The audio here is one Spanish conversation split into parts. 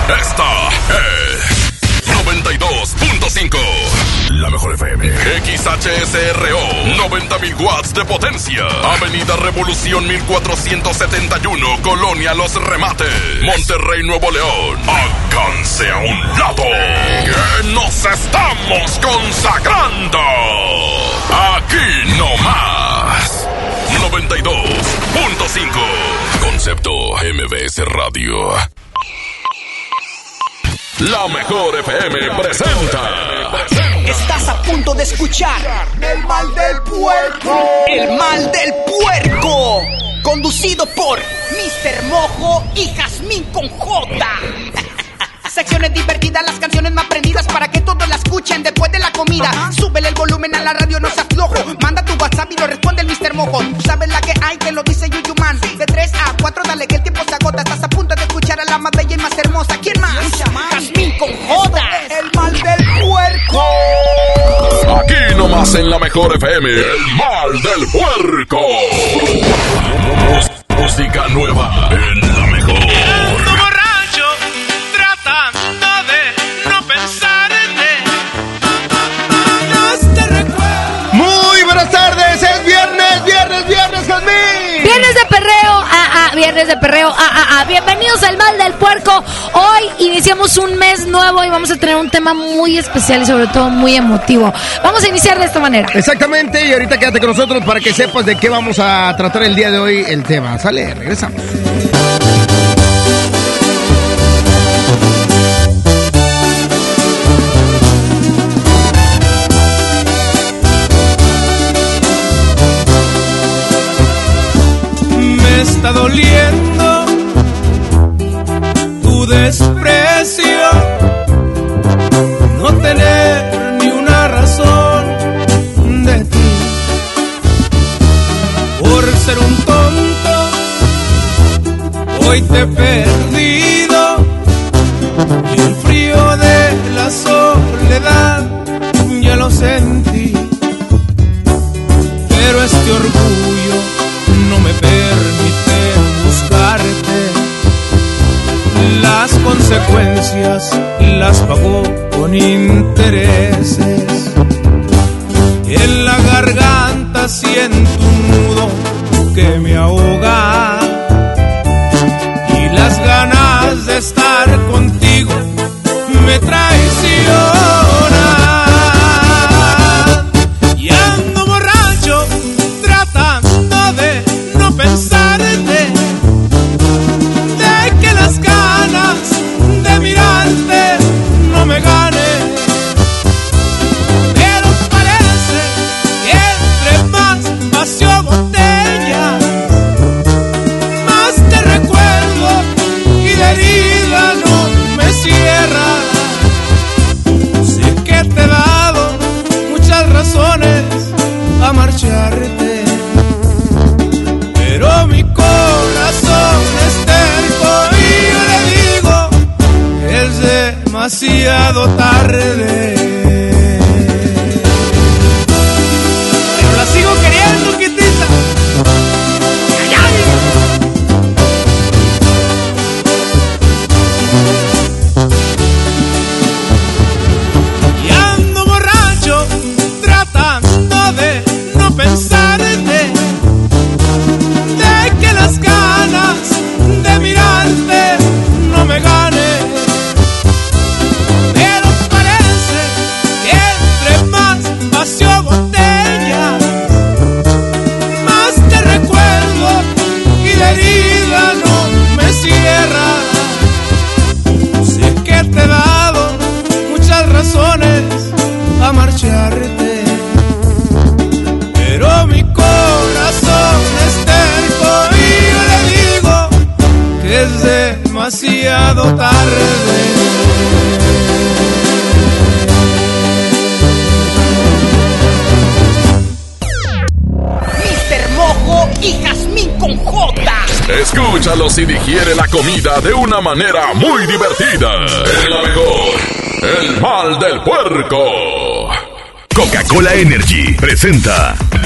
Esta es 92.5. La mejor FM. XHSRO. 90,000 watts de potencia. Avenida Revolución 1471. Colonia Los Remates. Monterrey, Nuevo León. Háganse a un lado. Que nos estamos consagrando. Aquí no más. 92.5. Concepto MBS Radio. La mejor FM presenta. Estás a punto de escuchar El Mal del Puerco. El Mal del Puerco. Conducido por Mr. Mojo y Jazmín con J. Secciones divertidas, las canciones más prendidas para que todos la escuchen después de la comida. Súbele el volumen a la radio, no seas flojo. Manda tu WhatsApp y lo responde el Mr. Mojo. Tú sabes la que hay, que lo dice Yuyuman. De 3 a 4, dale que el tiempo se agota. Estás a punto de escuchar a la más bella y más hermosa. ¿Quién más? Jazmín con J. El Mal del Puerco. Aquí nomás en la mejor FM. El Mal del Puerco. Música nueva en la mejor. Viernes de perreo, bienvenidos al Mal del Puerco. Hoy iniciamos un mes nuevo y vamos a tener un tema muy especial y sobre todo muy emotivo. Vamos a iniciar de esta manera. Exactamente, y ahorita quédate con nosotros para que sepas de qué vamos a tratar el día de hoy el tema. Sale, regresamos. Está doliendo tu desprecio, no tener ni una razón de ti, por ser un tonto, hoy te he perdido, y el frío de la soledad ya lo sentí, pero este orgullo no me permite buscarte. Las consecuencias las pago con intereses. En la garganta siento un nudo que me ahoga, y las ganas de estar contigo me traicionan. Y ando borracho tratando de no pensarte, de que las ganas de mirarte no me ganen. Pero parece que entre más vació botella, más te recuerdo y la herida no me cierra. Sé que te he dado muchas razones a marcharte, pero mi corazón es terco y yo le digo que es demasiado tarde. Pero la sigo queriendo, quietita. Y ando borracho tratando de no pensarte, las ganas de mirarte no me ganen. Pero parece que entre más vació botella, más te recuerdo y la herida no me cierra. Sé que te he dado muchas razones a marcharte, pero mi corazón es terco y yo le digo que es demasiado tarde. Mr. Mojo y Jazmín con J. Escúchalos y digiere la comida de una manera muy divertida. Es la mejor. El Mal del Puerco. Coca-Cola Energy presenta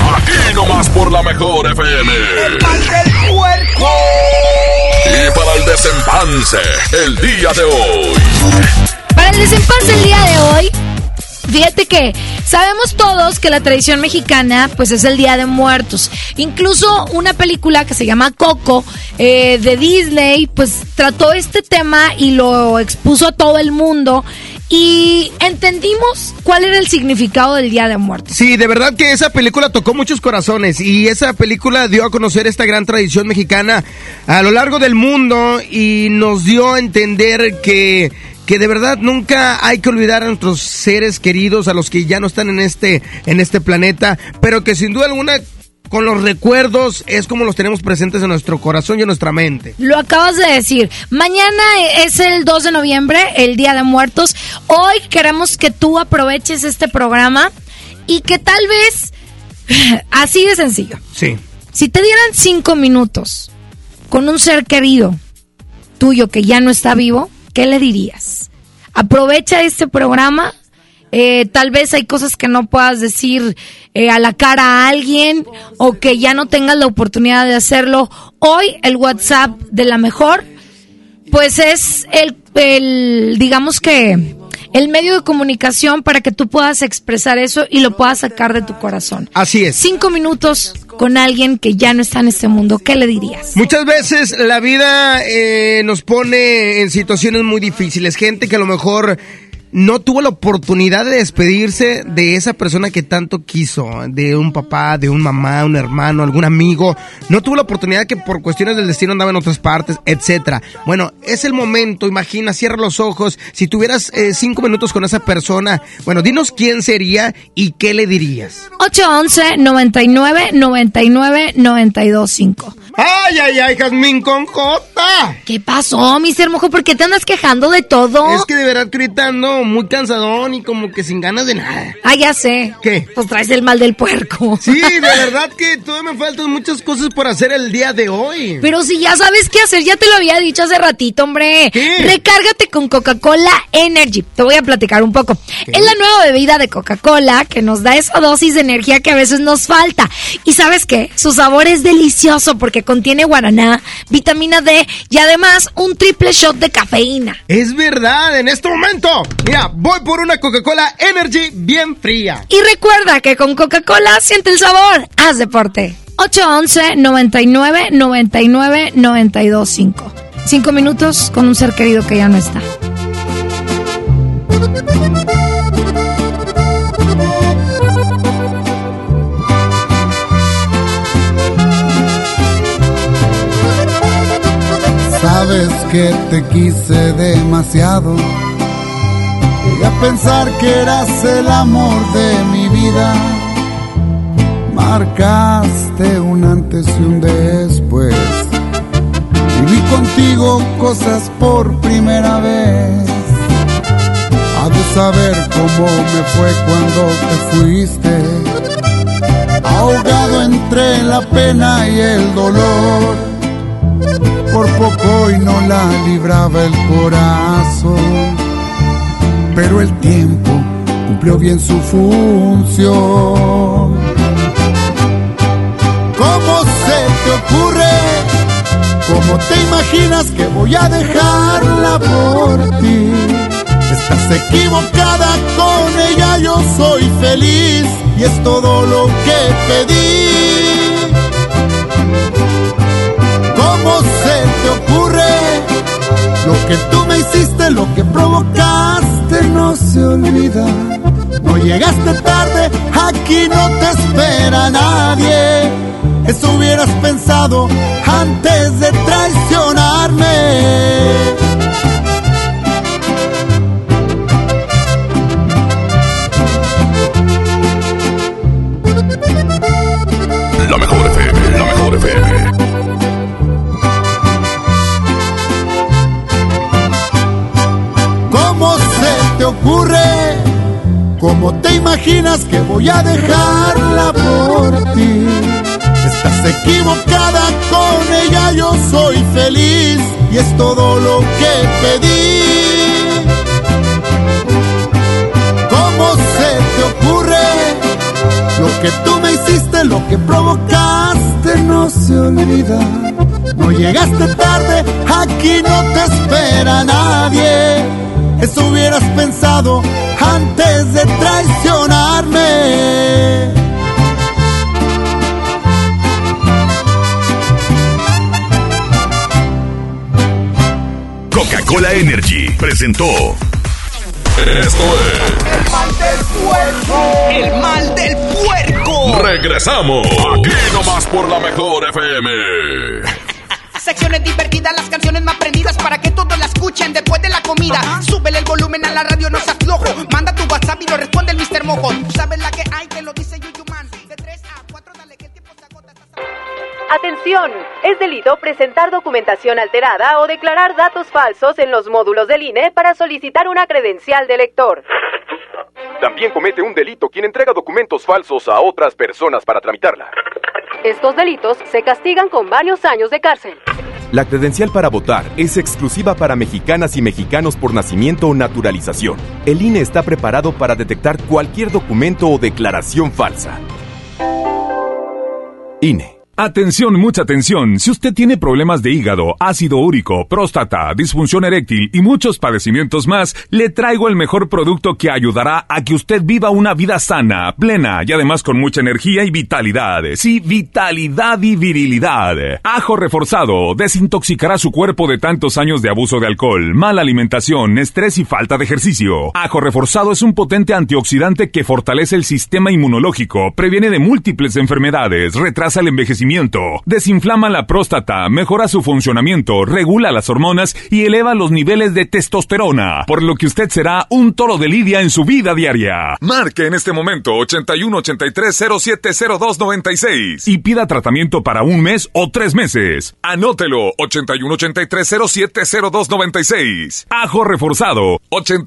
Aquí nomás por la mejor FM. ¡El mal del puerco! Y para el desempance, el día de hoy. Para el desempance el día de hoy, fíjate que sabemos todos que la tradición mexicana pues es el Día de Muertos. Incluso una película que se llama Coco de Disney pues trató este tema y lo expuso a todo el mundo. Y entendimos cuál era el significado del Día de Muertos. Sí, de verdad que esa película tocó muchos corazones y esa película dio a conocer esta gran tradición mexicana a lo largo del mundo y nos dio a entender que de verdad nunca hay que olvidar a nuestros seres queridos, a los que ya no están en este planeta, pero que sin duda alguna con los recuerdos es como los tenemos presentes en nuestro corazón y en nuestra mente. Lo acabas de decir. Mañana es el 2 de noviembre, el Día de Muertos. Hoy queremos que tú aproveches este programa y que tal vez, así de sencillo. Sí. Si te dieran 5 minutos con un ser querido tuyo que ya no está vivo, ¿qué le dirías? Aprovecha este programa. Tal vez hay cosas que no puedas decir a la cara a alguien o que ya no tengas la oportunidad de hacerlo. Hoy el WhatsApp de la mejor pues es el digamos que el medio de comunicación para que tú puedas expresar eso y lo puedas sacar de tu corazón. Así es. 5 minutos con alguien que ya no está en este mundo, ¿qué le dirías? Muchas veces la vida nos pone en situaciones muy difíciles. Gente que a lo mejor no tuvo la oportunidad de despedirse de esa persona que tanto quiso, de un papá, de un mamá, un hermano, algún amigo. No tuvo la oportunidad que por cuestiones del destino andaba en otras partes, etcétera. Bueno, es el momento, imagina, cierra los ojos. Si tuvieras 5 minutos con esa persona, bueno, dinos quién sería y qué le dirías. 811-99-99-925. ¡Ay, Jazmín con J! ¿Qué pasó, Mr. Mojo? ¿Por qué te andas quejando de todo? Es que de verdad que ahorita ando muy cansadón y como que sin ganas de nada. Ah, ya sé. ¿Qué? Pues traes el mal del puerco. Sí, de verdad que todavía me faltan muchas cosas por hacer el día de hoy. Pero si ya sabes qué hacer, ya te lo había dicho hace ratito, hombre. ¿Qué? Recárgate con Coca-Cola Energy. Te voy a platicar un poco. ¿Qué? Es la nueva bebida de Coca-Cola que nos da esa dosis de energía que a veces nos falta. ¿Y sabes qué? Su sabor es delicioso porque contiene guaraná, vitamina D y además un triple shot de cafeína. Es verdad, en este momento, mira, voy por una Coca-Cola Energy bien fría. Y recuerda que con Coca-Cola siente el sabor. Haz deporte. 811-99-99-925. 5 minutos con un ser querido que ya no está. Sabes que te quise demasiado. Llegué a pensar que eras el amor de mi vida. Marcaste un antes y un después. Viví contigo cosas por primera vez. Has de saber cómo me fue cuando te fuiste. Ahogado entre la pena y el dolor. Por poco y no la libraba el corazón, pero el tiempo cumplió bien su función. ¿Cómo se te ocurre? ¿Cómo te imaginas que voy a dejarla por ti? Estás equivocada, con ella yo soy feliz y es todo lo que pedí. ¿Cómo se te ocurre? Lo que tú me hiciste, lo que provocaste no se olvida. No llegaste tarde, aquí no te espera nadie. Eso hubieras pensado antes de traicionarme. La mejor FM, la mejor FM. ¿Cómo se te ocurre? ¿Cómo te imaginas que voy a dejarla por ti? Estás equivocada, con ella yo soy feliz y es todo lo que pedí. ¿Cómo se te ocurre? Lo que tú me hiciste, lo lo que provocaste no se olvida. No llegaste tarde, aquí no te espera nadie. Eso hubieras pensado antes de traicionarme. Coca-Cola Energy presentó. Esto es El mal del puerco. El mal del puerco. Regresamos. Aquí nomás por la mejor FM. Secciones divertidas, las canciones más prendidas para que todos la escuchen después de la comida. Súbele el volumen a la radio, no seas flojo. Manda tu WhatsApp y lo responde el Mr. Mojo. Tú sabes la que hay, te lo dice Yuyuman. De 3 a 4, dale que el tiempo se agota. Atención, es delito presentar documentación alterada o declarar datos falsos en los módulos del INE para solicitar una credencial de elector. También comete un delito quien entrega documentos falsos a otras personas para tramitarla. Estos delitos se castigan con varios años de cárcel. La credencial para votar es exclusiva para mexicanas y mexicanos por nacimiento o naturalización. El INE está preparado para detectar cualquier documento o declaración falsa. INE. Atención, mucha atención. Si usted tiene problemas de hígado, ácido úrico, próstata, disfunción eréctil y muchos padecimientos más, le traigo el mejor producto que ayudará a que usted viva una vida sana, plena y además con mucha energía y vitalidad. Sí, vitalidad y virilidad. Ajo reforzado desintoxicará su cuerpo de tantos años de abuso de alcohol, mala alimentación, estrés y falta de ejercicio. Ajo reforzado es un potente antioxidante que fortalece el sistema inmunológico, previene de múltiples enfermedades, retrasa el envejecimiento, desinflama la próstata, mejora su funcionamiento, regula las hormonas y eleva los niveles de testosterona, por lo que usted será un toro de lidia en su vida diaria. Marque en este momento 8183-070296 y pida tratamiento para 1 mes o 3 meses. Anótelo, 8183-070296. Ajo reforzado,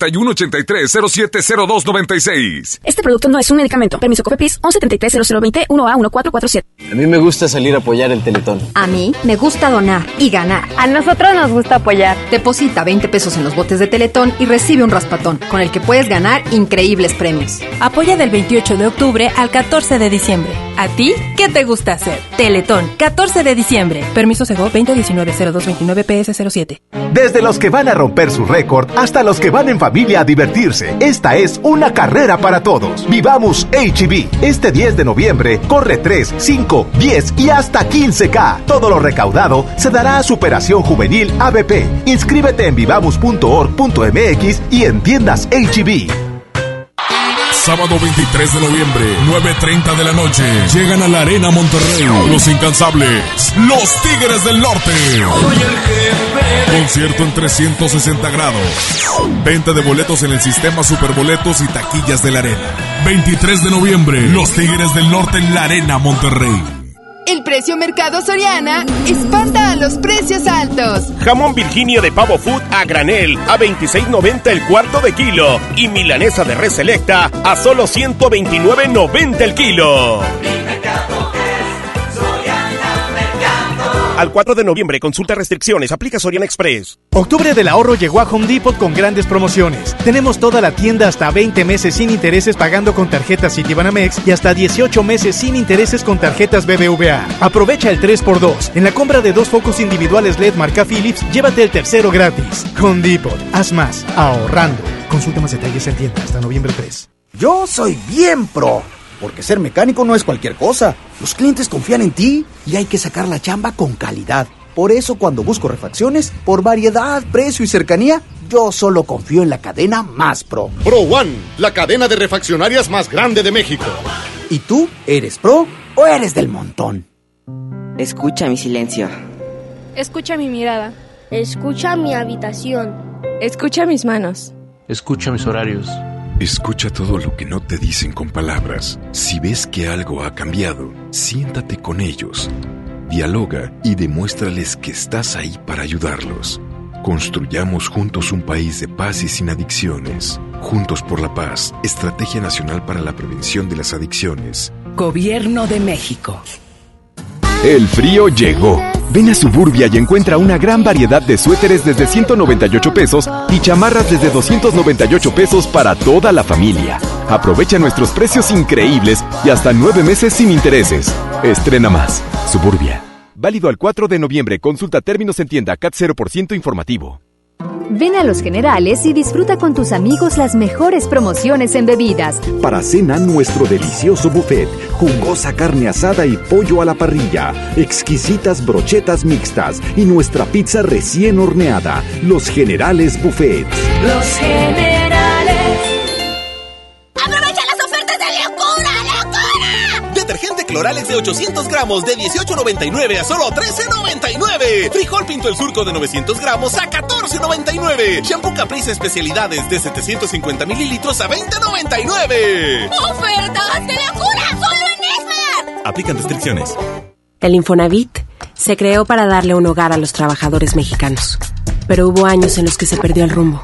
8183-070296. Este producto no es un medicamento. Permiso COFEPRIS 1133-0020 1A1447. A mí me gusta salir a apoyar el Teletón. A mí me gusta donar y ganar. A nosotros nos gusta apoyar. Deposita 20 pesos en los botes de Teletón y recibe un raspatón, con el que puedes ganar increíbles premios. Apoya del 28 de octubre al 14 de diciembre. ¿A ti qué te gusta hacer? Teletón, 14 de diciembre. Permiso Segov 2019-0229 PS07. Desde los que van a romper su récord hasta los que van en familia a divertirse. Esta es una carrera para todos. Vivamos H-E-B. Este 10 de noviembre corre 3, 5, 10 y hasta 15K. Todo lo recaudado se dará a Superación Juvenil ABP. Inscríbete en vivamos.org.mx y en tiendas H-E-B. Sábado 23 de noviembre, 9:30 de la noche. Llegan a la Arena Monterrey los incansables, los Tigres del Norte. Concierto en 360 grados. Venta de boletos en el sistema Superboletos y taquillas de la Arena. 23 de noviembre, los Tigres del Norte en la Arena Monterrey. El precio Mercado Soriana espanta a los precios altos. Jamón Virginia de Pavo Food a granel a $26.90 el cuarto de kilo. Y milanesa de res selecta a solo $129.90 el kilo. Al 4 de noviembre, consulta restricciones, aplica Soriana Express. Octubre del ahorro llegó a Home Depot con grandes promociones. Tenemos toda la tienda hasta 20 meses sin intereses pagando con tarjetas Citibanamex y hasta 18 meses sin intereses con tarjetas BBVA. Aprovecha el 3x2. En la compra de 2 focos individuales LED marca Philips, llévate el tercero gratis. Home Depot, haz más, ahorrando. Consulta más detalles en tienda hasta noviembre 3. Yo soy bien pro. Porque ser mecánico no es cualquier cosa. Los clientes confían en ti y hay que sacar la chamba con calidad. Por eso cuando busco refacciones, por variedad, precio y cercanía, yo solo confío en la cadena más pro. Pro One, la cadena de refaccionarias más grande de México. ¿Y tú, eres pro o eres del montón? Escucha mi silencio. Escucha mi mirada. Escucha mi habitación. Escucha mis manos. Escucha mis horarios. Escucha todo lo que no te dicen con palabras. Si ves que algo ha cambiado, siéntate con ellos. Dialoga y demuéstrales que estás ahí para ayudarlos. Construyamos juntos un país de paz y sin adicciones. Juntos por la paz, Estrategia Nacional para la Prevención de las Adicciones. Gobierno de México. El frío llegó. Ven a Suburbia y encuentra una gran variedad de suéteres desde 198 pesos y chamarras desde 298 pesos para toda la familia. Aprovecha nuestros precios increíbles y hasta 9 meses sin intereses. Estrena más. Suburbia. Válido al 4 de noviembre. Consulta términos en tienda. CAT 0% informativo. Ven a Los Generales y disfruta con tus amigos las mejores promociones en bebidas. Para cena, nuestro delicioso buffet, jugosa carne asada y pollo a la parrilla, exquisitas brochetas mixtas y nuestra pizza recién horneada. Los Generales Buffet. Los Generales. ¡Aprovecha las ofertas de locura, locura! Detergente Cloralex de 800 gramos de $18.99 a solo $13.99. Frijol Pinto El Surco de 900 gramos a $14.99. Shampoo Caprice Especialidades de 750 mililitros a $20.99. ¡Ofertas de locura! ¡Solo en Esmar! Aplican restricciones. El Infonavit se creó para darle un hogar a los trabajadores mexicanos. Pero hubo años en los que se perdió el rumbo.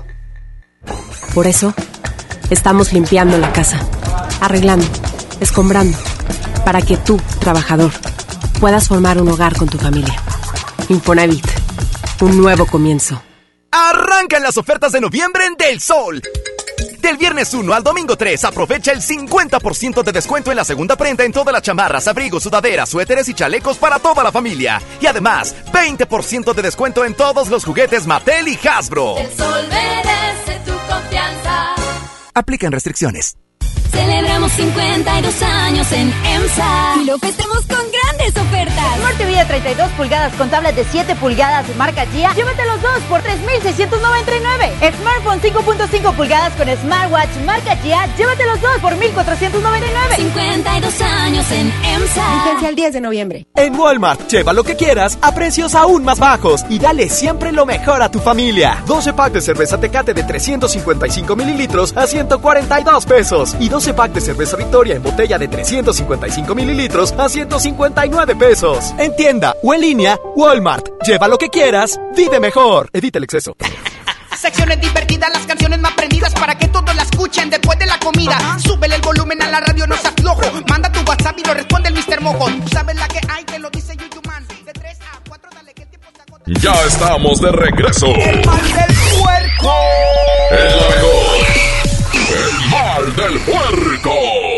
Por eso, estamos limpiando la casa, arreglando, escombrando, para que tú, trabajador, puedas formar un hogar con tu familia. Infonavit, un nuevo comienzo. Arrancan las ofertas de noviembre en Del Sol. Del viernes 1 al domingo 3, aprovecha el 50% de descuento en la segunda prenda en todas las chamarras, abrigos, sudaderas, suéteres y chalecos para toda la familia. Y además, 20% de descuento en todos los juguetes Mattel y Hasbro. El Sol merece tu confianza. Aplican restricciones. Celebramos 52 años en EMSA y lo festejamos con grandes ofertas. Smart TV de 32 pulgadas con tablet de 7 pulgadas de marca Gia. Llévate los dos por $3,699. Smartphone 5.5 pulgadas con smartwatch marca Gia. Llévate los dos por $1,499. 52 años en EMSA. Vigencia el 10 de noviembre. En Walmart, lleva lo que quieras a precios aún más bajos y dale siempre lo mejor a tu familia. 12 packs de cerveza Tecate de 355 mililitros a $142 y 12 pack de cerveza Victoria en botella de 355 mililitros a $159. En tienda o en línea, Walmart. Lleva lo que quieras, vive mejor. Evita el exceso. Secciones divertidas, las canciones más prendidas para que todos la escuchen después de la comida. Súbele el volumen a la radio, no se aflojo. Manda tu WhatsApp y lo responde el Mr. Mojo. Tú sabes la que hay, te lo dice Yuyuman. De 3 a 4, dale que el tiempo se agota. Ya estamos de regreso. El mal del puerco. Es la mejor. El mal del puerco.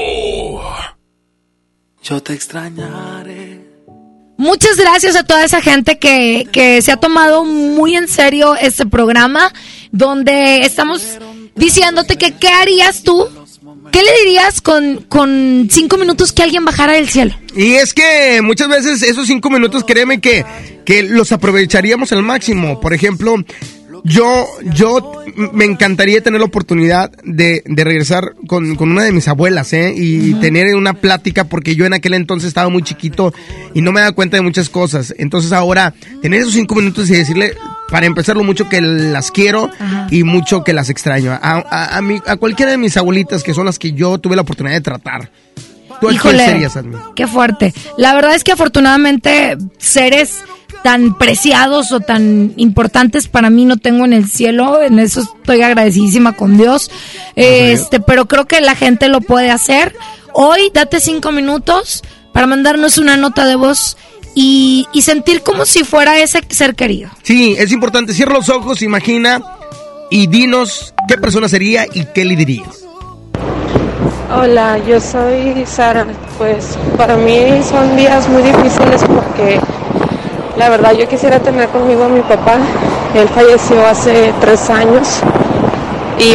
Yo te extrañaré. Muchas gracias a toda esa gente que se ha tomado muy en serio este programa, donde estamos diciéndote que qué harías tú, qué le dirías con 5 minutos que alguien bajara del cielo. Y es que muchas veces esos 5 minutos, créeme que los aprovecharíamos al máximo. Por ejemplo, yo me encantaría tener la oportunidad de regresar con una de mis abuelas, y tener una plática, porque yo en aquel entonces estaba muy chiquito y no me daba cuenta de muchas cosas. Entonces ahora, tener esos 5 minutos y decirle, para empezar, lo mucho que las quiero y mucho que las extraño. A cualquiera de mis abuelitas, que son las que yo tuve la oportunidad de tratar. ¿Tú a quién serías, Admi? Qué fuerte. La verdad es que afortunadamente seres tan preciados o tan importantes para mí no tengo en el cielo. En eso estoy agradecidísima con Dios. Pero creo que la gente lo puede hacer. Hoy date 5 minutos para mandarnos una nota de voz y sentir como si fuera ese ser querido. Sí, es importante. Cierra los ojos, imagina y dinos qué persona sería y qué le dirías. Hola, yo soy Sara. Pues para mí son días muy difíciles porque la verdad yo quisiera tener conmigo a mi papá. Él falleció hace 3 años y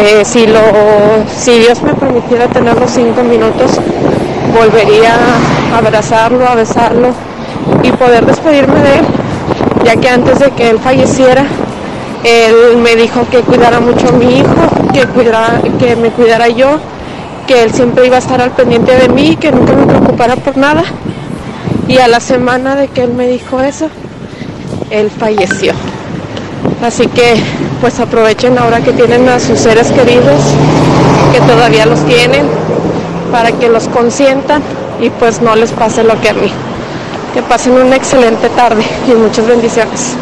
si Dios me permitiera tener los 5 minutos, volvería a abrazarlo, a besarlo y poder despedirme de él, ya que antes de que él falleciera, él me dijo que cuidara mucho a mi hijo, que me cuidara yo, que él siempre iba a estar al pendiente de mí, que nunca me preocupara por nada. Y a la semana de que él me dijo eso, él falleció. Así que pues aprovechen ahora que tienen a sus seres queridos, que todavía los tienen, para que los consientan y pues no les pase lo que a mí. Que pasen una excelente tarde y muchas bendiciones.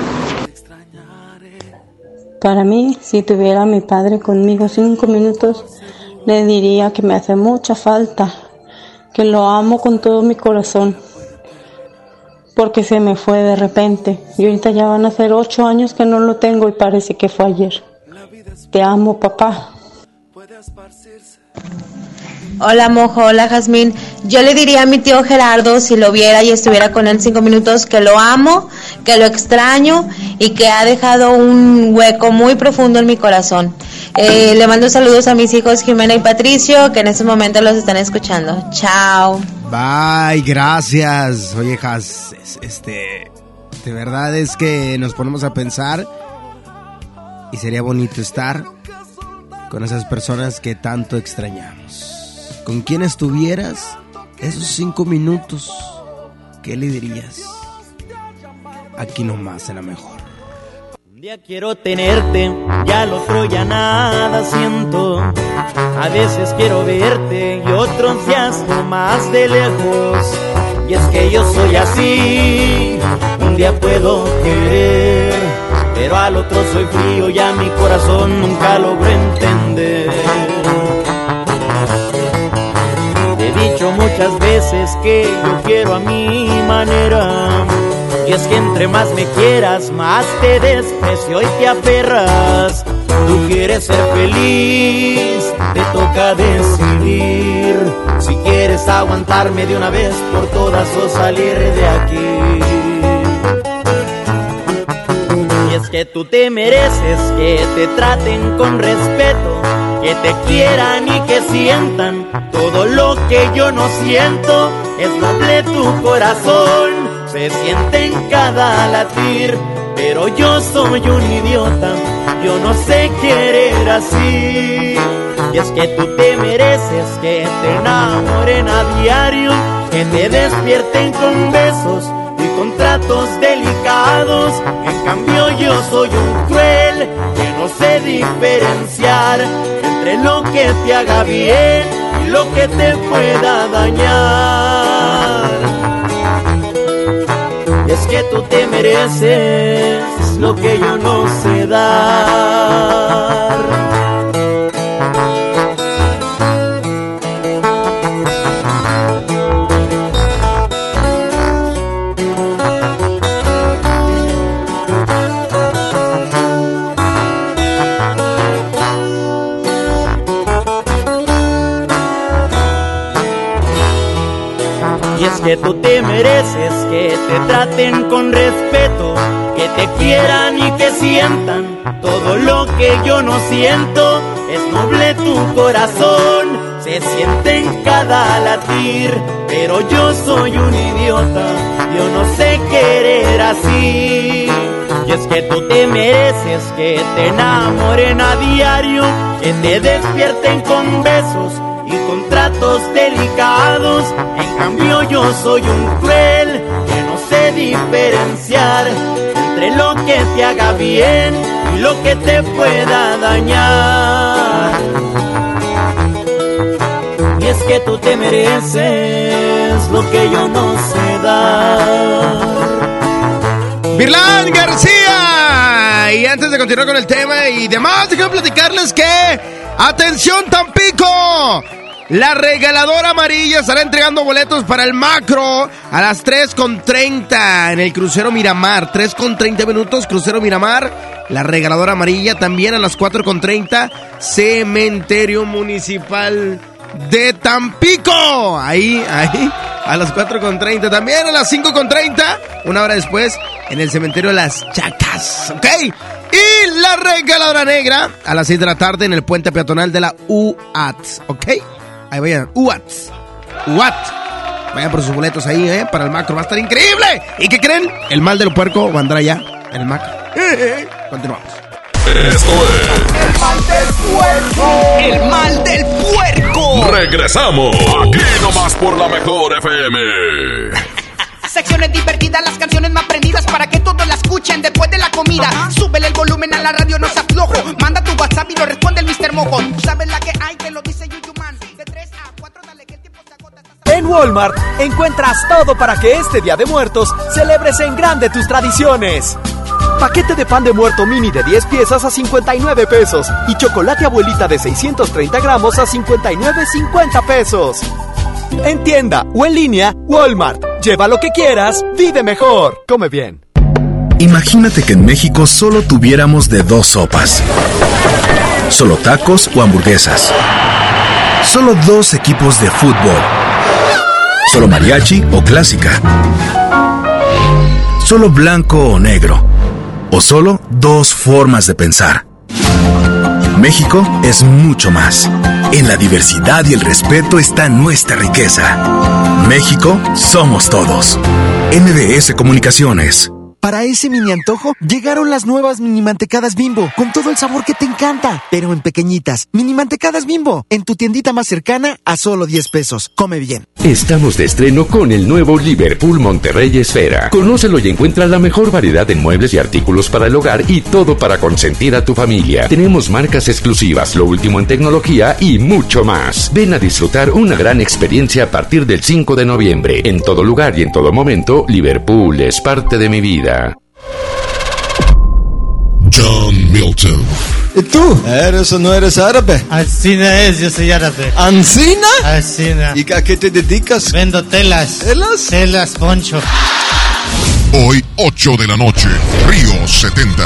Para mí, si tuviera a mi padre conmigo 5 minutos, le diría que me hace mucha falta, que lo amo con todo mi corazón, porque se me fue de repente. Y ahorita ya van a ser 8 años que no lo tengo y parece que fue ayer. Te amo, papá. Puede esparcirse Hola Mojo, hola Jazmín. Yo le diría a mi tío Gerardo, si lo viera y estuviera con él 5 minutos, que lo amo, que lo extraño y que ha dejado un hueco muy profundo en mi corazón. Le mando saludos a mis hijos Jimena y Patricio, que en estos momentos los están escuchando. Chao. Bye, gracias. Oye, Jaz, de verdad es que nos ponemos a pensar y sería bonito estar con esas personas que tanto extrañamos. ¿Con quién estuvieras esos 5 minutos? ¿Qué le dirías? Aquí nomás en La Mejor. Un día quiero tenerte y al otro ya nada siento. A veces quiero verte y otros días más de lejos. Y es que yo soy así, un día puedo querer, pero al otro soy frío y a mi corazón nunca logro entender. Te he dicho muchas veces que yo quiero a mi manera, y es que entre más me quieras, más te desprecio y te aferras. Tú quieres ser feliz, te toca decidir si quieres aguantarme de una vez por todas o salir de aquí. Y es que tú te mereces que te traten con respeto, que te quieran y que sientan todo lo que yo no siento. Es noble tu corazón, se siente en cada latir, pero yo soy un idiota, yo no sé querer así. Y es que tú te mereces que te enamoren a diario, que te despierten con besos y con tratos delicados. En cambio yo soy un cruel que no sé diferenciar entre lo que te haga bien y lo que te pueda dañar. Y es que tú te mereces lo que yo no sé dar. Y es que tú te mereces que te traten con respeto, que te quieran y que sientan todo lo que yo no siento. Es noble tu corazón, se siente en cada latir, pero yo soy un idiota, yo no sé querer así. Y es que tú te mereces que te enamoren a diario, que te despierten con besos y con tratos delicados. En cambio yo soy un cruel que no sé diferenciar entre lo que te haga bien y lo que te pueda dañar. Y es que tú te mereces lo que yo no sé dar. Virlán García. Y antes de continuar con el tema y demás, déjenme platicarles que ¡atención Tampico! La Regaladora Amarilla estará entregando boletos para el macro a las 3:30 en el crucero Miramar. 3:30 minutos, crucero Miramar. La Regaladora Amarilla también a las 4:30, Cementerio Municipal de Tampico. Ahí, a las 4:30. También a las 5:30, una hora después, en el Cementerio de las Chacas. ¿Ok? Y la Regaladora Negra a las 6 de la tarde en el puente peatonal de la UAT. ¿Ok? Ahí vayan, UAT. Vayan por sus boletos ahí, para el macro. Va a estar increíble. ¿Y qué creen? El mal del puerco vendrá ya en el macro. Continuamos. Esto es El mal del puerco. El mal del puerco. Regresamos. Aquí nomás por La Mejor FM. Secciones divertidas, las canciones más prendidas para que todos la escuchen después de la comida. Súbele el volumen a la radio, no se aflojo. Manda tu WhatsApp y lo responde el Mr. Mojo. Tú sabes la que hay, te lo dice Yuyuman. De 3 a 4, dale que el tiempo se agota. En Walmart encuentras todo para que este Día de Muertos celebres en grande tus tradiciones. Paquete de pan de muerto mini de 10 piezas a 59 pesos y chocolate abuelita de 630 gramos a 59.50 pesos. En tienda o en línea, Walmart. Lleva lo que quieras, vive mejor. Come bien. Imagínate que en México solo tuviéramos de 2 sopas. Solo tacos o hamburguesas. Solo 2 equipos de fútbol. Solo mariachi o clásica. Solo blanco o negro. O solo 2 formas de pensar. México es mucho más. En la diversidad y el respeto está nuestra riqueza. México somos todos. MBS Comunicaciones. Para ese mini antojo, llegaron las nuevas mini mantecadas Bimbo, con todo el sabor que te encanta, pero en pequeñitas. Mini mantecadas Bimbo, en tu tiendita más cercana a solo 10 pesos. Come bien. Estamos de estreno con el nuevo Liverpool Monterrey Esfera. Conócelo y encuentra la mejor variedad de muebles y artículos para el hogar y todo para consentir a tu familia. Tenemos marcas exclusivas, lo último en tecnología y mucho más. Ven a disfrutar una gran experiencia a partir del 5 de noviembre. En todo lugar y en todo momento, Liverpool es parte de mi vida. John Milton. ¿Y tú? ¿Eres o no eres árabe? Alcina es, yo soy árabe. ¿Ancina? Alcina. ¿Y a qué te dedicas? Vendo telas. ¿Telas? Telas, poncho. Hoy, 8 de la noche, Río 70.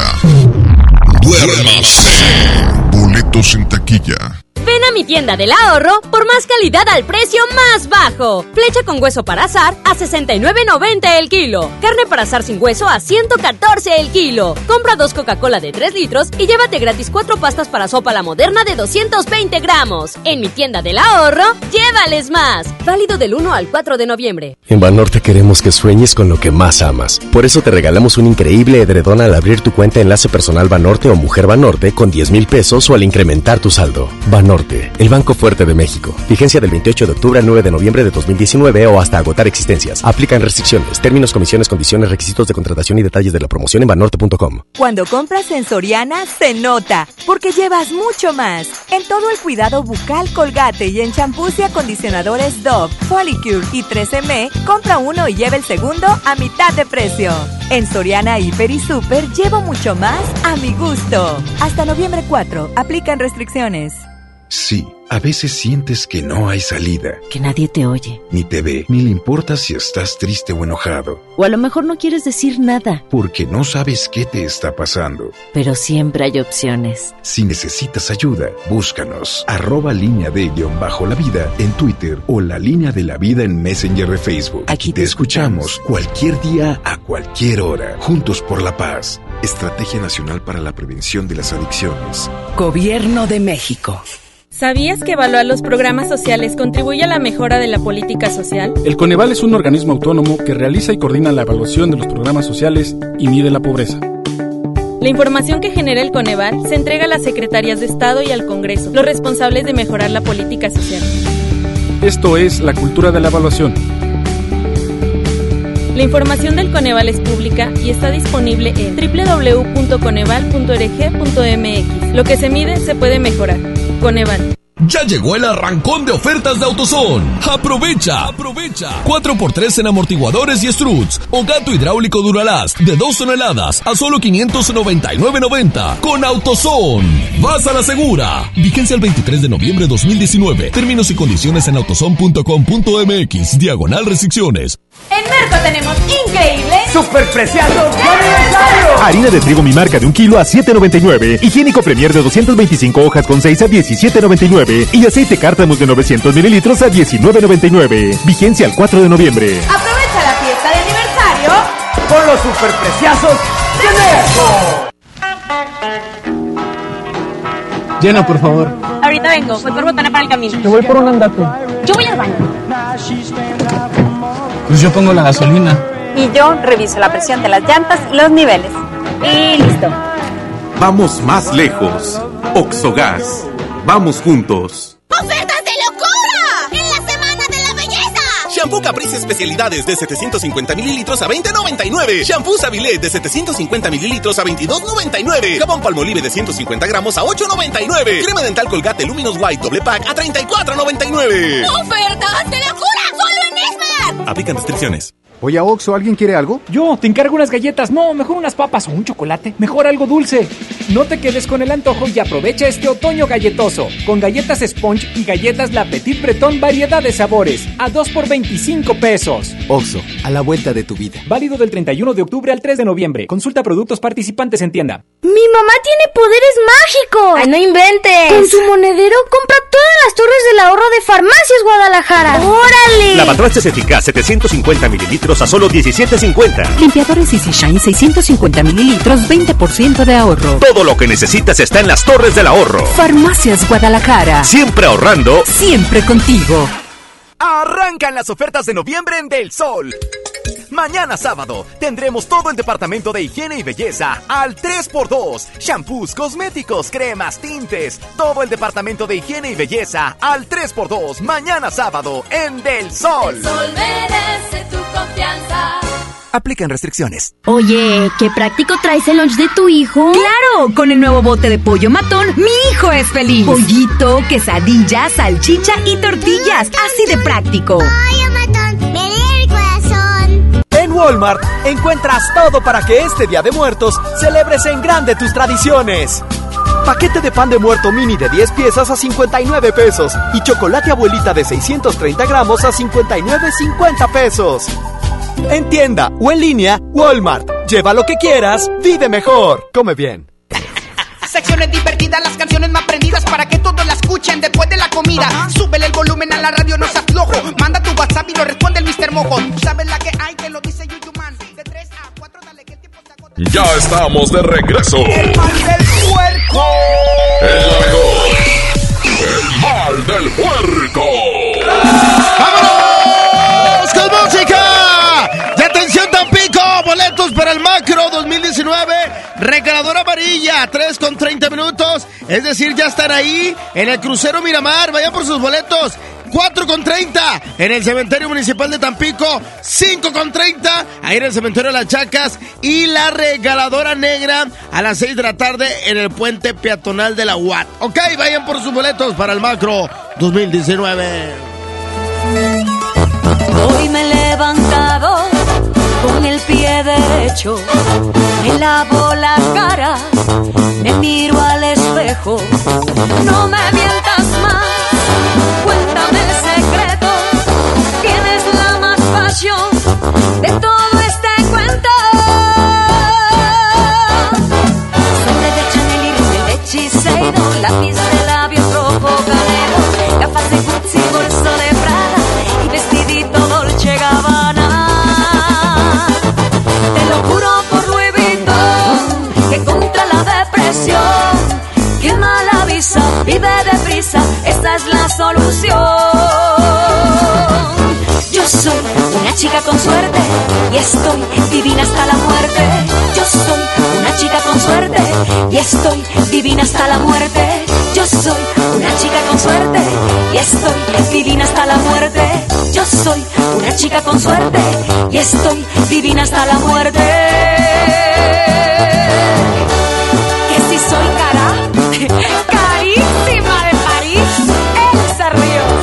Duérmase. Boletos en taquilla. Ven a mi tienda del ahorro por más calidad al precio más bajo. Flecha con hueso para asar a $69.90 el kilo. Carne para asar sin hueso a $114 el kilo. Compra 2 Coca-Cola de 3 litros y llévate gratis 4 pastas para sopa La Moderna de 220 gramos. En mi tienda del ahorro, llévales más. Válido del 1 al 4 de noviembre. En Banorte queremos que sueñes con lo que más amas. Por eso te regalamos un increíble edredón al abrir tu cuenta Enlace Personal Banorte o Mujer Banorte con 10,000 pesos o al incrementar tu saldo. Banorte, el Banco Fuerte de México. Vigencia del 28 de octubre al 9 de noviembre de 2019 o hasta agotar existencias. Aplican restricciones, términos, comisiones, condiciones, requisitos de contratación y detalles de la promoción en banorte.com. Cuando compras en Soriana, se nota, porque llevas mucho más. En todo el cuidado bucal Colgate y en champús y acondicionadores Dove, Folicure y 13M, compra uno y lleva el segundo a mitad de precio. En Soriana, Hiper y Super, llevo mucho más a mi gusto. Hasta noviembre 4, aplican restricciones. Sí, a veces sientes que no hay salida. Que nadie te oye. Ni te ve, ni le importa si estás triste o enojado. O a lo mejor no quieres decir nada. Porque no sabes qué te está pasando. Pero siempre hay opciones. Si necesitas ayuda, búscanos. @LíneaDe_la vida en Twitter o La Línea de la Vida en Messenger de Facebook. Aquí te escuchamos cualquier día, a cualquier hora. Juntos por la paz. Estrategia Nacional para la Prevención de las Adicciones. Gobierno de México. ¿Sabías que evaluar los programas sociales contribuye a la mejora de la política social? El Coneval es un organismo autónomo que realiza y coordina la evaluación de los programas sociales y mide la pobreza. La información que genera el Coneval se entrega a las secretarías de Estado y al Congreso, los responsables de mejorar la política social. Esto es la cultura de la evaluación. La información del Coneval es pública y está disponible en www.coneval.org.mx. Lo que se mide se puede mejorar. Coneval. Ya llegó el arrancón de ofertas de AutoZone. ¡Aprovecha! 4x3 en amortiguadores y struts o gato hidráulico Duralast de 2 toneladas a solo $599.90 con AutoZone. ¡Vas a la segura! Vigencia el 23 de noviembre de 2019. Términos y condiciones en autozone.com.mx/restricciones. En Merco tenemos increíbles superpreciados de aniversario. Harina de trigo mi marca de 1 kilo a $7.99. Higiénico Premier de 225 hojas con 6 a $17.99. Y aceite Cártamos de 900 mililitros a $19.99. Vigencia al 4 de noviembre. Aprovecha la fiesta de aniversario con los superpreciados de Merco. Llena, por favor. Ahorita vengo, voy por botana para el camino. Yo voy por un andate. Yo voy al baño. Pues yo pongo la gasolina. Y yo reviso la presión de las llantas y los niveles. Y listo. Vamos más lejos. Oxogas. Vamos juntos. ¡Ofertas de locura! ¡En la Semana de la Belleza! Shampoo Caprice especialidades de 750 mililitros a $20.99. Shampoo Savilé de 750 mililitros a $22.99. Jabón Palmolive de 150 gramos a $8.99. Crema dental Colgate Luminous White doble pack a $34.99. ¡Ofertas de locura! ¡Solo en Esmar! Aplican restricciones. Oye, Oxxo, ¿alguien quiere algo? Yo, te encargo unas galletas. No, mejor unas papas o un chocolate. Mejor algo dulce. No te quedes con el antojo y aprovecha este otoño galletoso, con galletas Sponge y galletas La Petit Breton variedad de sabores, a 2 por 25 pesos. Oxxo, a la vuelta de tu vida. Válido del 31 de octubre al 3 de noviembre. Consulta productos participantes en tienda. ¡Mi mamá tiene poderes mágicos! ¡Ay, no inventes! Con su monedero compra todas las torres del ahorro de Farmacias Guadalajara. ¡Órale! Lavatrastes eficaz 750 mililitros a solo $17.50. Limpiadores Easy Shine 650 mililitros, 20% de ahorro. Todo lo que necesitas está en las torres del ahorro. Farmacias Guadalajara. Siempre ahorrando. Siempre contigo. Arrancan las ofertas de noviembre en Del Sol. Mañana sábado tendremos todo el departamento de higiene y belleza al 3x2. Shampoos, cosméticos, cremas, tintes. Todo el departamento de higiene y belleza al 3x2. Mañana sábado en Del Sol. Del Sol merece tu confianza. Aplican restricciones. Oye, qué práctico traes el lunch de tu hijo. ¡Claro! Con el nuevo bote de pollo matón, mi hijo es feliz. Pollito, quesadilla, salchicha y tortillas. Así de práctico. Pollo matón, me lee el corazón. En Walmart encuentras todo para que este Día de Muertos celebres en grande tus tradiciones. Paquete de pan de muerto mini de 10 piezas a 59 pesos y chocolate abuelita de 630 gramos a 59.50 pesos. En tienda o en línea, Walmart. Lleva lo que quieras, vive mejor. Come bien. Secciones divertidas, las canciones más prendidas para que todos la escuchen después de la comida. Súbele el volumen a la radio, no seas flojo. Manda tu WhatsApp y lo responde el Mr. Mojo. ¿Sabes la que hay? Te lo dice Yuyuman. De 3 a 4, dale que el tiempo se agota. Ya estamos de regreso. El mal del puerco. El mejor. El mal del puerco. ¡Vámonos con música! ¡Y atención Tampico! Boletos para el Macro 2019. Regaladora amarilla, 3 con 30 minutos. Es decir, ya están ahí en el crucero Miramar. Vayan por sus boletos. 4 con 30 en el cementerio municipal de Tampico. 5 con 30 ahí en el cementerio de Las Chacas. Y la regaladora negra a las 6 de la tarde en el puente peatonal de la UAT. Ok, vayan por sus boletos para el Macro 2019. Hoy me he levantado con el pie derecho, me lavo la cara, me miro al espejo. No me mientas más, cuéntame el secreto. Tienes la más pasión de todo este cuento. Sangre de Chanel y rímel de Shiseido, lápiz de labios rojo canela, gafas de Gucci, bolso de Prada y vestidito Dolce Gabbana. Te lo juro por Louis Vuitton, que contra la depresión, quema la visa, vive deprisa, esta es la solución. Yo soy una chica con suerte y estoy divina hasta la muerte. Yo soy una chica con suerte y estoy divina hasta la muerte. Yo soy una chica con suerte y estoy divina hasta la muerte. Yo soy una chica con suerte y estoy divina hasta la muerte. Que si soy cara, carísima de París, Elsa Ríos.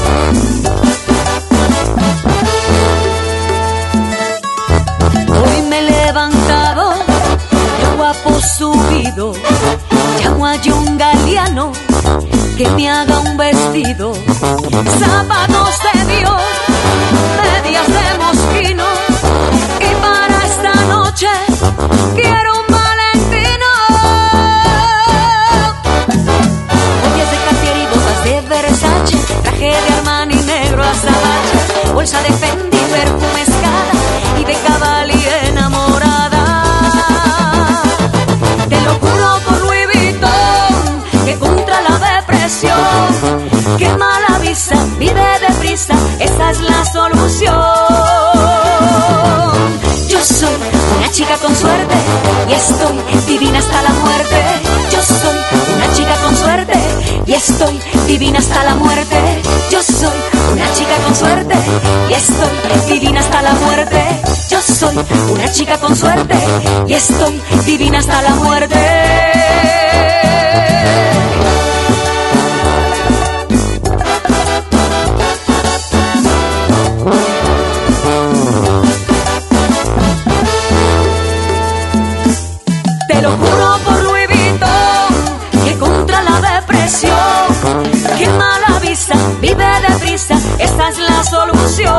Hoy me he levantado, de guapo subido, llamo a John Galliano que me haga un vestido, zapatos de Dios, medias de mosquino, y para esta noche quiero un Valentino. Joyas de Cartier y botas de Versace, traje de Armani negro azabache, bolsa de Fendi, perfume Escada y de Cavalli enamorada. Te lo juro por Louis Vuitton, que contra la depresión, quema la visa, vive deprisa, esa es la solución. Yo soy una chica con suerte y estoy divina hasta la muerte. Yo soy una chica con suerte y estoy divina hasta la muerte. Yo soy una chica con suerte y estoy divina hasta la muerte. Yo soy una chica con suerte y estoy divina hasta la muerte. Te lo juro por Louis Vuitton, risa, esta es la solución.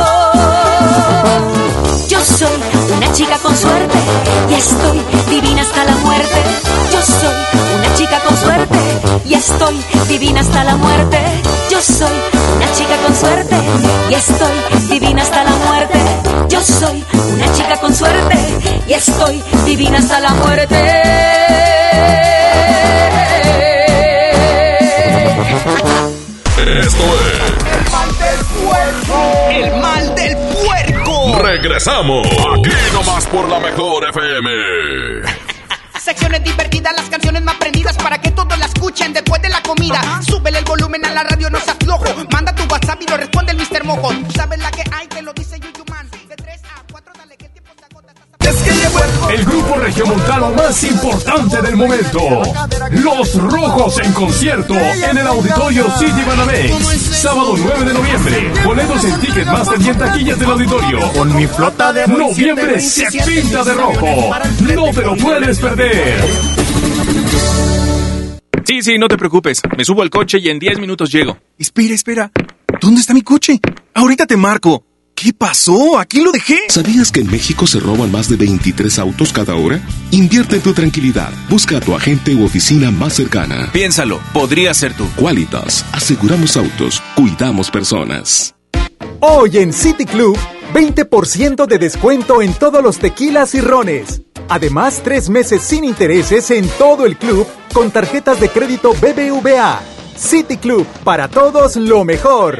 Yo soy una chica con suerte y estoy divina hasta la muerte. Yo soy una chica con suerte y estoy divina hasta la muerte. Yo soy una chica con suerte y estoy divina hasta la muerte. Yo soy una chica con suerte y estoy divina hasta la muerte. Esto es El mal del puerco. El mal del puerco. Regresamos aquí nomás por la mejor FM. Secciones divertidas, las canciones más prendidas para que todos la escuchen después de la comida. Súbele el volumen a la radio, no seas flojo. Manda tu WhatsApp y lo responde el Mr. Mojo. ¿Sabes la que hay? Te lo dice Yuyuman. De 3 a 4, dale que el tiempo se agota. Es que llegó el grupo regiomontano más importante del momento. Los Rojos en concierto en el Auditorio City Banamex. Sábado 9 de noviembre. Boletos en Ticketmaster y en taquillas del auditorio. Con mi flota de Noviembre se pinta de rojo. No te lo puedes perder. Sí, no te preocupes. Me subo al coche y en 10 minutos llego. Espera. ¿Dónde está mi coche? Ahorita te marco. ¿Qué pasó? ¿A quién lo dejé? ¿Sabías que en México se roban más de 23 autos cada hora? Invierte en tu tranquilidad. Busca a tu agente u oficina más cercana. Piénsalo, podría ser tú. Qualitas. Aseguramos autos. Cuidamos personas. Hoy en City Club, 20% de descuento en todos los tequilas y rones. Además, 3 meses sin intereses en todo el club con tarjetas de crédito BBVA. City Club, para todos lo mejor.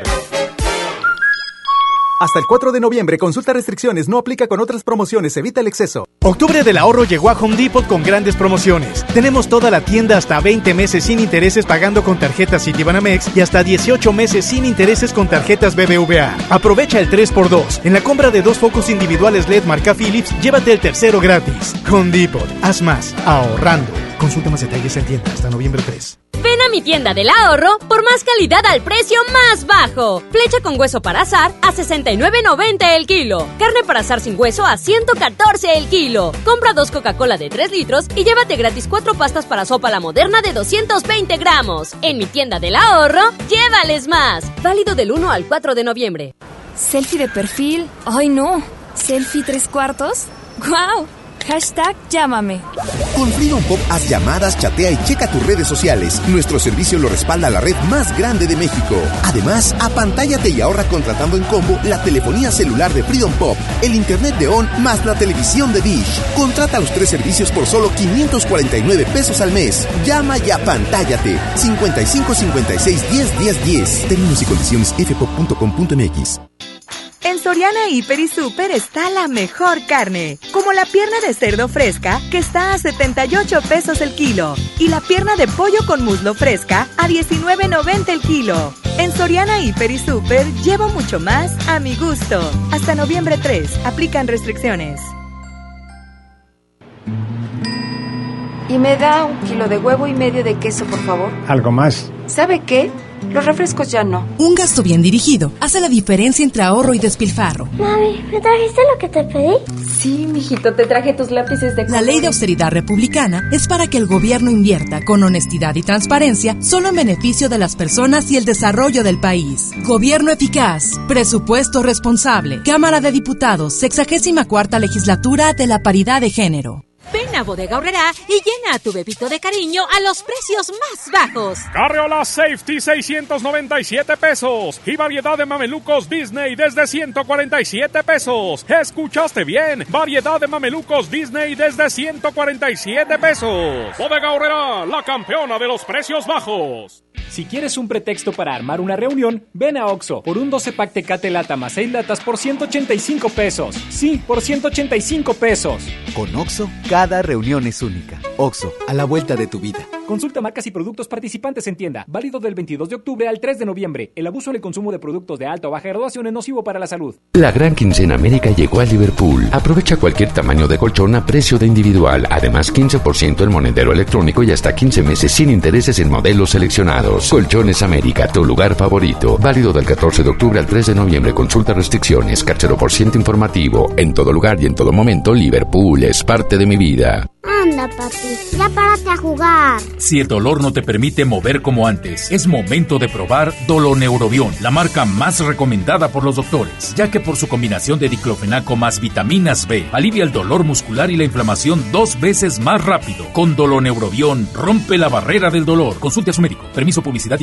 Hasta el 4 de noviembre, consulta restricciones, no aplica con otras promociones, evita el exceso. Octubre del ahorro llegó a Home Depot con grandes promociones. Tenemos toda la tienda hasta 20 meses sin intereses pagando con tarjetas Citibanamex y hasta 18 meses sin intereses con tarjetas BBVA. Aprovecha el 3x2. En la compra de 2 focos individuales LED marca Philips, llévate el tercero gratis. Home Depot, haz más, ahorrando. Consulta más detalles en tienda hasta noviembre 3. Ven a mi tienda del ahorro por más calidad al precio más bajo. Flecha con hueso para asar a $69.90 el kilo. Carne para asar sin hueso a $114 el kilo. Compra 2 Coca-Cola de 3 litros y llévate gratis 4 pastas para sopa La Moderna de 220 gramos. En mi tienda del ahorro, llévales más. Válido del 1 al 4 de noviembre. ¿Selfie de perfil? ¡Ay, no! ¿Selfie 3/4? ¡Guau! Hashtag llámame. Con Freedom Pop haz llamadas, chatea y checa tus redes sociales. Nuestro servicio lo respalda la red más grande de México. Además, apantállate y ahorra contratando en combo la telefonía celular de Freedom Pop, el internet de ON más la televisión de Dish. Contrata los 3 servicios por solo $549 al mes. Llama y apantállate. 55 56 10 10 10. Términos y condiciones fpop.com.mx. En Soriana Hiper y Super está la mejor carne, como la pierna de cerdo fresca, que está a $78 el kilo, y la pierna de pollo con muslo fresca a $19.90 el kilo. En Soriana Hiper y Super llevo mucho más a mi gusto. Hasta noviembre 3, aplican restricciones. Y me da 1 kilo de huevo y medio de queso, por favor. ¿Algo más? ¿Sabe qué? Los refrescos ya no. Un gasto bien dirigido hace la diferencia entre ahorro y despilfarro. Mami, ¿me trajiste lo que te pedí? Sí, mijito, te traje tus lápices de colores. La ley de austeridad republicana es para que el gobierno invierta con honestidad y transparencia solo en beneficio de las personas y el desarrollo del país. Gobierno eficaz, presupuesto responsable. Cámara de Diputados, 64ª legislatura de la paridad de género. Ven a Bodega Aurrerá y llena a tu bebito de cariño a los precios más bajos. Carriola Safety, $697. Y variedad de mamelucos Disney desde $147. ¿Escuchaste bien? Variedad de mamelucos Disney desde $147. Bodega Aurrerá, la campeona de los precios bajos. Si quieres un pretexto para armar una reunión, ven a Oxxo por un 12-pack Tecate Lata más 6 latas por $185. Sí, por $185. Con Oxxo, cada reunión es única. Oxxo, a la vuelta de tu vida. Consulta marcas y productos participantes en tienda. Válido del 22 de octubre al 3 de noviembre. El abuso en el consumo de productos de alta o baja graduación es nocivo para la salud. La gran quincena América llegó a Liverpool. Aprovecha cualquier tamaño de colchón a precio de individual. Además, 15% en monedero electrónico y hasta 15 meses sin intereses en modelos seleccionados. Colchones América, tu lugar favorito. Válido del 14 de octubre al 3 de noviembre. Consulta restricciones. Carchero por ciento informativo. En todo lugar y en todo momento, Liverpool es parte de mi vida. Anda, papi, ya párate a jugar. Si el dolor no te permite mover como antes, es momento de probar Doloneurobion, la marca más recomendada por los doctores, ya que por su combinación de diclofenaco más vitaminas B, alivia el dolor muscular y la inflamación 2 veces más rápido. Con Doloneurobion, rompe la barrera del dolor. Consulte a su médico. Permiso publicidad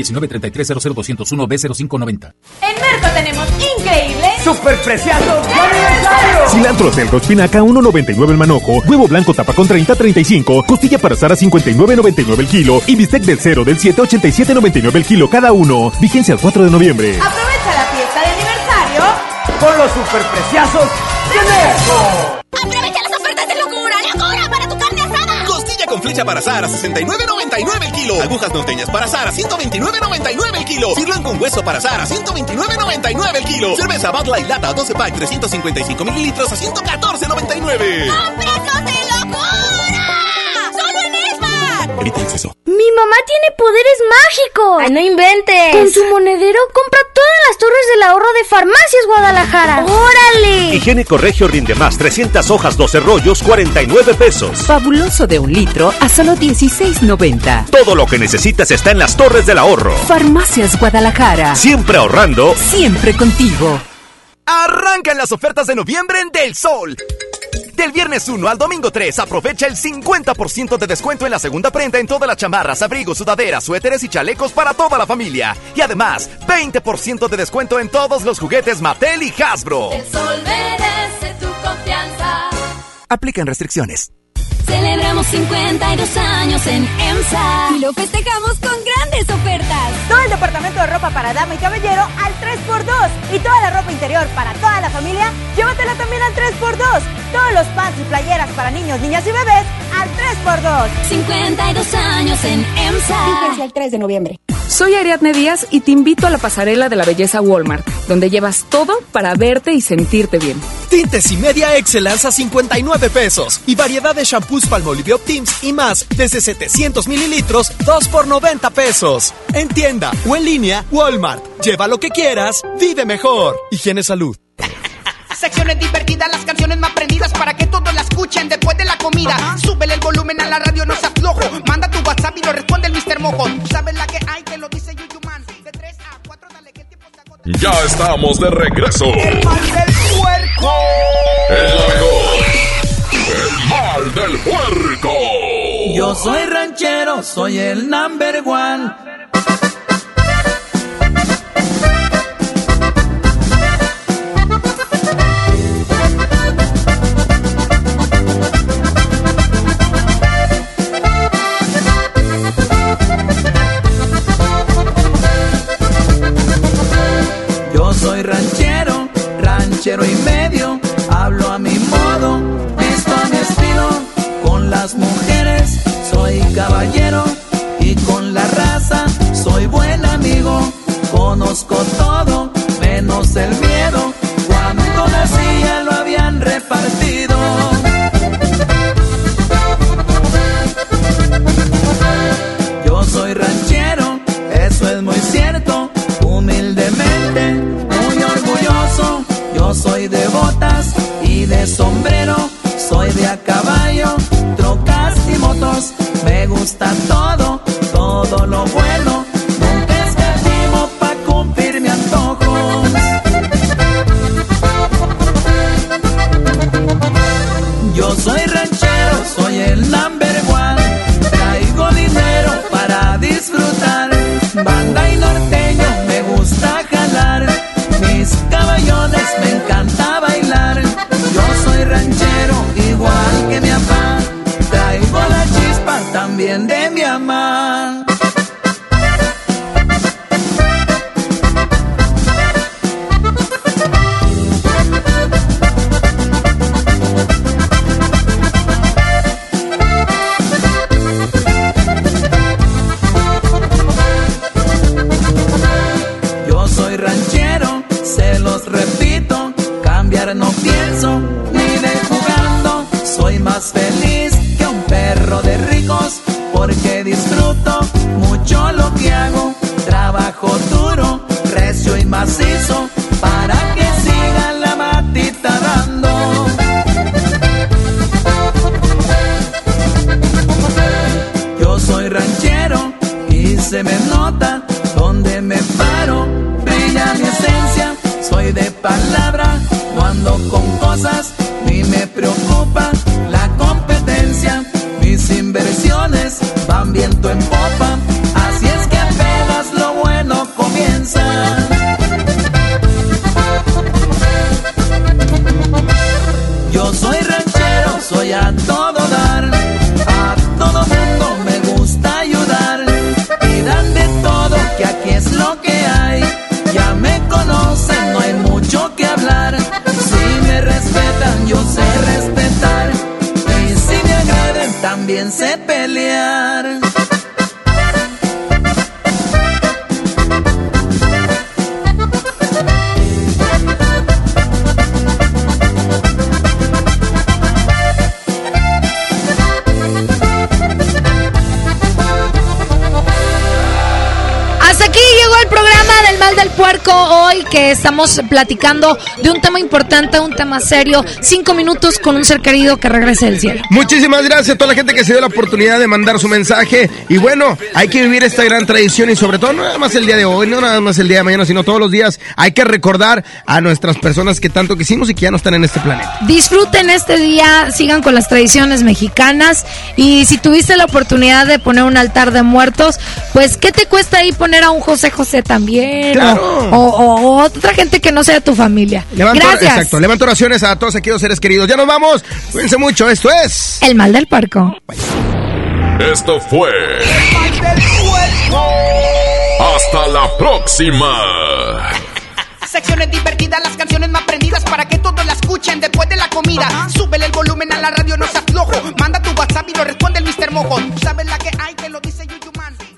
1933-00201-B0590. En Merco tenemos increíbles superpreciazos de aniversario. Cilantro, celdo, espinaca, 1.99 el manojo. Huevo blanco tapa con 30-35. Costilla para asar a 59.99 el kilo. Y bistec del 0 del 7, 87.99 el kilo cada uno. Vigencia el 4 de noviembre. Aprovecha la fiesta de aniversario con los superpreciazos de Merco. Aprovecha las ofertas de locura para tu carne asada. Costilla con flecha para asar a 69.99 el kilo. Agujas norteñas para asar a 129.99 el kilo. Sirloin con hueso para asar a 129.99 el kilo. Cerveza Bud Light Lata 12 pack 355 mililitros a 114.99. ¡A precios de locura! ¡Solo en Esmar! Evita el exceso. Mi mamá tiene poderes mágicos. ¡Ay, no inventes! Con su monedero compra todas las torres del ahorro de Farmacias Guadalajara. ¡Órale! Higiénico Regio Rinde Más, 300 hojas, 12 rollos, 49 pesos. Fabuloso de 1 litro a solo 16.90. Todo lo que necesitas está en las torres del ahorro. Farmacias Guadalajara. Siempre ahorrando. Siempre contigo. Arrancan las ofertas de noviembre en Del Sol. Del viernes 1 al domingo 3, aprovecha el 50% de descuento en la segunda prenda en todas las chamarras, abrigos, sudaderas, suéteres y chalecos para toda la familia. Y además, 20% de descuento en todos los juguetes Mattel y Hasbro. El Sol merece tu confianza. Aplican restricciones. Celebramos 52 años en EMSA y lo festejamos con grandes ofertas. Todo el departamento de ropa para dama y caballero al 3x2. Y toda la ropa interior para toda la familia, llévatela también al 3x2. Todos los pants y playeras para niños, niñas y bebés al 3x2. 52 años en EMSA. Fíjense el 3 de noviembre. Soy Ariadne Díaz y te invito a la pasarela de la belleza Walmart, donde llevas todo para verte y sentirte bien. Tintes y media Excellence a 59 pesos y variedad de shampoos Palmolive Optims y más desde 700 mililitros, 2 por 90 pesos. En tienda o en línea, Walmart. Lleva lo que quieras, vive mejor. Higiene Salud. Secciones divertidas, las canciones más prendidas para que todos la escuchen después de la comida. Súbele el volumen a la radio, no seas flojo. Manda tu WhatsApp y lo responde el Mr. Mojo. ¿Sabes la que hay? Que lo dice Yuyuman. De 3 a 4, dale que el tiempo se agota. Ya estamos de regreso. El mal del puerco. Es la mejor. El mal del puerco. Yo soy ranchero, soy el number one. Yo soy ranchero, ranchero y medio, hablo a mi modo, visto a mi estilo, con las mujeres soy caballero y con la raza soy buen amigo, conozco todo menos el miedo, cuando nacía lo habían repartido. Yo soy ranchero, eso es muy cierto, humildemente, muy orgulloso. Yo soy de botas y de sombrero, soy de a caballo, trocas y motos. Me gusta todo, todo lo bueno. Nunca escatimo pa' cumplir mi se me nota donde me paro, brilla mi esencia, soy de palabra, no ando con cosas, ni me preocupa la competencia, mis inversiones van viento en popa, así es que apenas lo bueno comienza. Yo soy ranchero, soy a todo dar, a todo mundo me gusta ayudar, pidan de todo que aquí es lo que hay, ya me conocen, no hay mucho que hablar, si me respetan yo sé respetar, y si me agreden también sé pelear. Del puerco hoy, que estamos platicando de un tema importante, un tema serio. 5 minutos con un ser querido que regrese del cielo. Muchísimas gracias a toda la gente que se dio la oportunidad de mandar su mensaje. Y bueno, hay que vivir esta gran tradición y sobre todo no nada más el día de hoy, no nada más el día de mañana, sino todos los días. Hay que recordar a nuestras personas que tanto quisimos y que ya no están en este planeta. Disfruten este día, sigan con las tradiciones mexicanas, y si tuviste la oportunidad de poner un altar de muertos, pues ¿qué te cuesta ahí poner a un José José también? Claro. O otra gente que no sea tu familia. Gracias. Exacto, levanto oraciones a todos aquellos seres queridos. Ya nos vamos, cuídense mucho, esto es El Mal del Puerco. Esto fue El Mal del Puerco. Hasta la próxima. Secciones divertidas, las canciones más prendidas para que todos la escuchen después de la comida. Súbele el volumen a la radio, no seas flojo. Manda tu WhatsApp y lo responde el Mr. Mojo. Tú sabes la que hay, te lo dice Yuyuman.